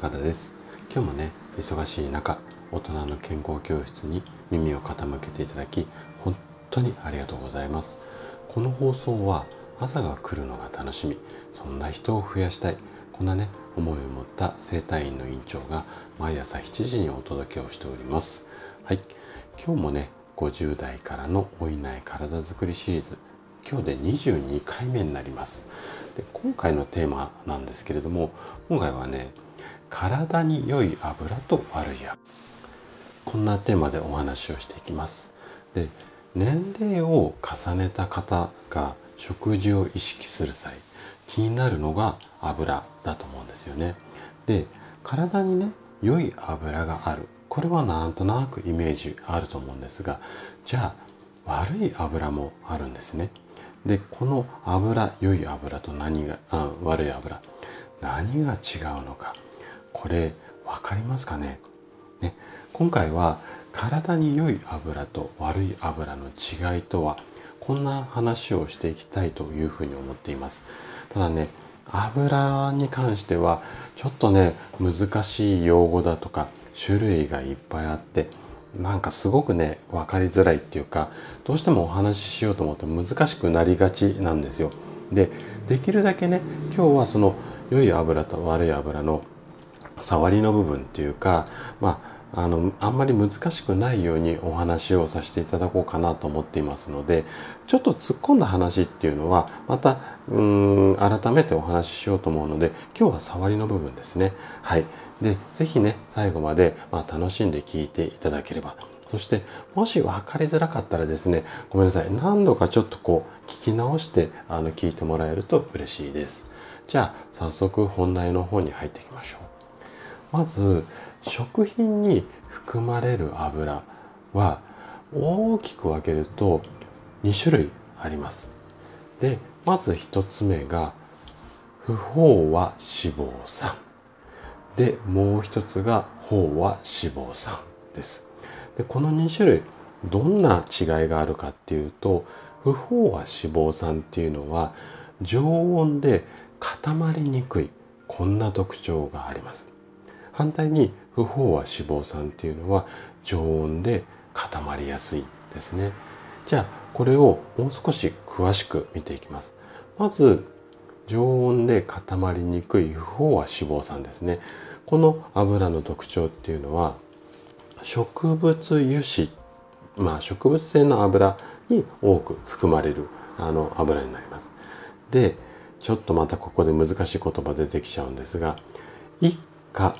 中田です。今日もね、忙しい中、大人の健康教室に耳を傾けていただき、本当にありがとうございます。この放送は朝が来るのが楽しみ、そんな人を増やしたい、こんなね、思いを持った整体院の院長が毎朝7時にお届けをしております。はい、今日もね、50代からの老いない体づくりシリーズ、今日で22回目になります。で、今回のテーマなんですけれども、今回はね、体に良い油と悪い油、こんなテーマでお話をしていきます。で、年齢を重ねた方が食事を意識する際、気になるのが油だと思うんですよね。で、体にね、良い油がある、これはなんとなくイメージあると思うんですが、じゃあ悪い油もあるんですね。で、この油、良い油と悪い油、何が違うのか、これ分かりますかね。今回は体に良い油と悪い油の違いとは、こんな話をしていきたいというふうに思っています。ただね、油に関してはちょっとね、難しい用語だとか種類がいっぱいあって、なんかすごくね、分かりづらいっていうか、どうしてもお話ししようと思って難しくなりがちなんですよ。で、できるだけね、今日はその良い油と悪い油の触りの部分っていうか、あんまり難しくないようにお話をさせていただこうかなと思っていますので、ちょっと突っ込んだ話っていうのはまた改めてお話ししようと思うので、今日は触りの部分ですね。はい。で、ぜひね、最後まで楽しんで聞いていただければ。そして、もし分かりづらかったらですね、ごめんなさい。何度かちょっと聞き直して聞いてもらえると嬉しいです。じゃあ、早速本題の方に入っていきましょう。まず、食品に含まれる油は大きく分けると2種類あります。で、まず1つ目が不飽和脂肪酸で、もう一つが飽和脂肪酸です。で、この2種類どんな違いがあるかっていうと、不飽和脂肪酸っていうのは常温で固まりにくい、こんな特徴があります。反対に不飽和脂肪酸っていうのは常温で固まりやすいですね。じゃあこれをもう少し詳しく見ていきます。まず常温で固まりにくい不飽和脂肪酸ですね。この油の特徴っていうのは植物油脂、植物性の油に多く含まれる油になります。で、ちょっとまたここで難しい言葉出てきちゃうんですが、一価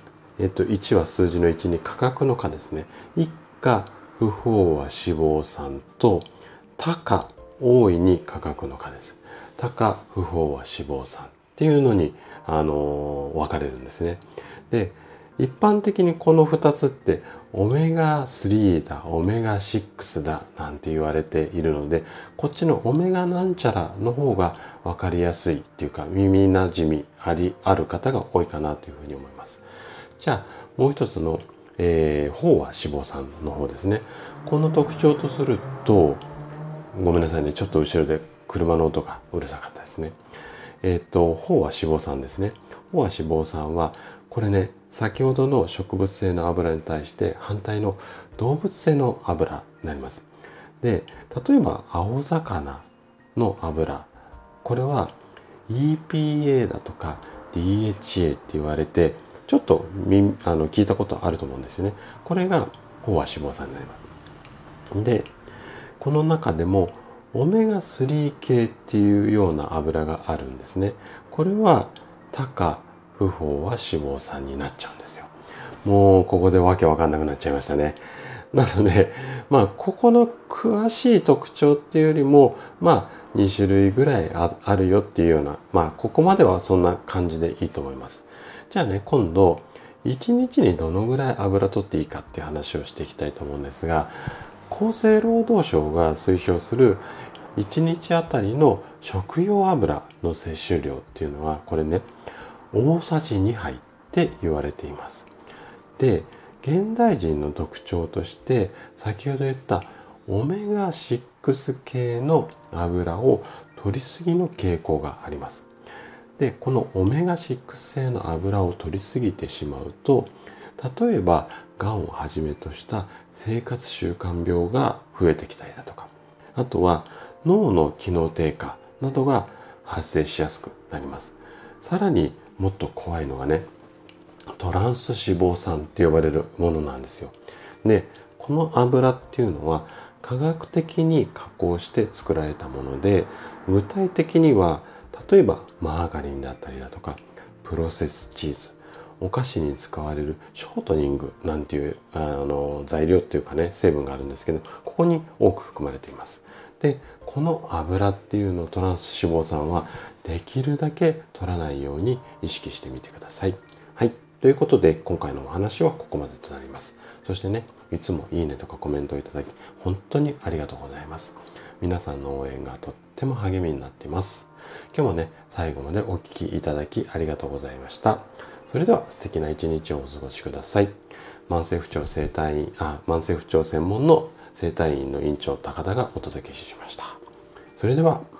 1は数字の1に価格の価ですね。一価不飽和脂肪酸と多価、大いに価格の価です。多価不飽和脂肪酸っていうのに分かれるんですね。で、一般的にこの2つってオメガ3だ、オメガ6だなんて言われているので、こっちのオメガなんちゃらの方が分かりやすいっていうか、耳なじみある方が多いかなというふうに思います。じゃあもう一つの、飽和脂肪酸の方ですね。この特徴とすると、ごめんなさいね、ちょっと後ろで車の音がうるさかったですね。飽和脂肪酸ですね。飽和脂肪酸はこれね、先ほどの植物性の油に対して反対の動物性の油になります。で、例えば青魚の油、これは EPA だとか DHA って言われて、ちょっと聞いたことあると思うんですよね。これが飽和脂肪酸になります。で、この中でもオメガ3系っていうような油があるんですね。これは多価不飽和脂肪酸になっちゃうんですよ。もうここでわけわかんなくなっちゃいましたね。なので、ここの詳しい特徴っていうよりも、2種類ぐらいあるよっていうような、ここまではそんな感じでいいと思います。じゃあね、今度、1日にどのぐらい油取っていいかっていう話をしていきたいと思うんですが、厚生労働省が推奨する1日あたりの食用油の摂取量っていうのは、これね、大さじ2杯って言われています。で、現代人の特徴として、先ほど言ったオメガ6系の油を摂りすぎの傾向があります。 でこのオメガ6製の油を摂りすぎてしまうと、例えばがんをはじめとした生活習慣病が増えてきたりだとか、あとは脳の機能低下などが発生しやすくなります。さらにもっと怖いのがね、トランス脂肪酸って呼ばれるものなんですよ。でこの油っていうのは科学的に加工して作られたもので、具体的には例えばマーガリンだったりだとか、プロセスチーズ、お菓子に使われるショートニングなんていう材料っていうかね、成分があるんですけど、ここに多く含まれています。でこの油っていうの、トランス脂肪酸はできるだけ取らないように意識してみてください。はい、ということで今回のお話はここまでとなります。そしてね、いつもいいねとかコメントをいただき本当にありがとうございます。皆さんの応援がとっても励みになっています。今日もね、最後までお聞きいただきありがとうございました。それでは素敵な一日をお過ごしください。慢性不調専門の整体院の院長高田がお届けしました。それでは。